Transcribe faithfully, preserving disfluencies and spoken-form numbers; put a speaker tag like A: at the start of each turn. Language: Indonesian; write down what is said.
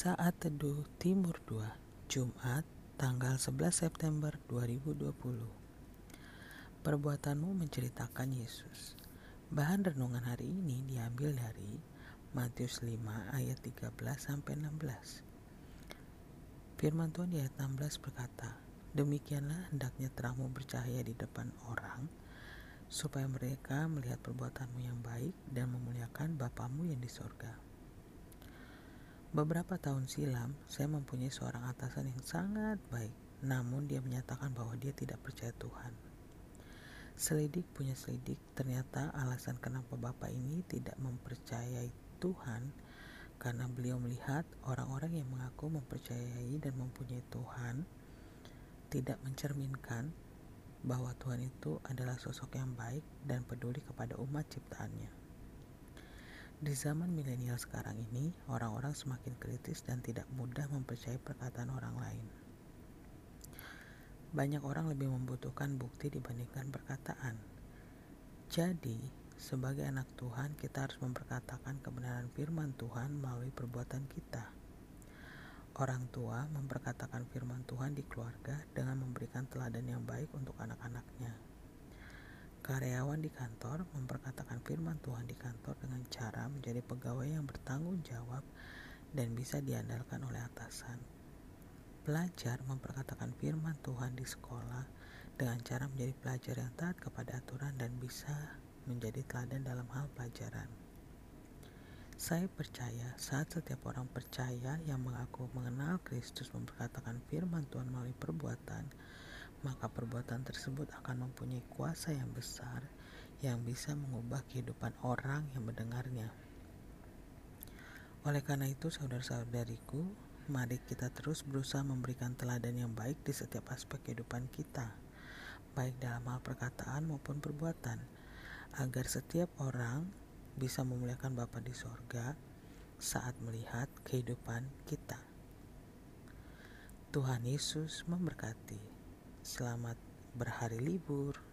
A: Saat Teduh Timur dua, Jumat, tanggal sebelas September dua ribu dua puluh. Perbuatanmu menceritakan Yesus. Bahan renungan hari ini diambil dari Matius lima ayat tiga belas sampai enam belas. Firman Tuhan di ayat enam belas berkata, "Demikianlah hendaknya terangmu bercahaya di depan orang, supaya mereka melihat perbuatanmu yang baik dan memuliakan Bapamu yang di sorga." Beberapa tahun silam, saya mempunyai seorang atasan yang sangat baik, namun dia menyatakan bahwa dia tidak percaya Tuhan. Selidik punya selidik, ternyata alasan kenapa bapak ini tidak mempercayai Tuhan karena beliau melihat orang-orang yang mengaku mempercayai dan mempunyai Tuhan tidak mencerminkan bahwa Tuhan itu adalah sosok yang baik dan peduli kepada umat ciptaannya. Di zaman milenial sekarang ini, orang-orang semakin kritis dan tidak mudah mempercayai perkataan orang lain. Banyak orang lebih membutuhkan bukti dibandingkan perkataan. Jadi, sebagai anak Tuhan, kita harus memperkatakan kebenaran firman Tuhan melalui perbuatan kita. Orang tua memperkatakan firman Tuhan di keluarga dengan memberikan teladan yang baik untuk anak-anaknya. Karyawan di kantor memperkatakan firman Tuhan di kantor dengan cara menjadi pegawai yang bertanggung jawab dan bisa diandalkan oleh atasan. Pelajar memperkatakan firman Tuhan di sekolah dengan cara menjadi pelajar yang taat kepada aturan dan bisa menjadi teladan dalam hal pelajaran. Saya percaya saat setiap orang percaya yang mengaku mengenal Kristus memperkatakan firman Tuhan melalui perbuatan, maka perbuatan tersebut akan mempunyai kuasa yang besar yang bisa mengubah kehidupan orang yang mendengarnya. Oleh karena itu, saudara-saudariku, mari kita terus berusaha memberikan teladan yang baik di setiap aspek kehidupan kita, baik dalam hal perkataan maupun perbuatan, agar setiap orang bisa memuliakan Bapa di sorga saat melihat kehidupan kita. Tuhan Yesus memberkati. Selamat berhari libur.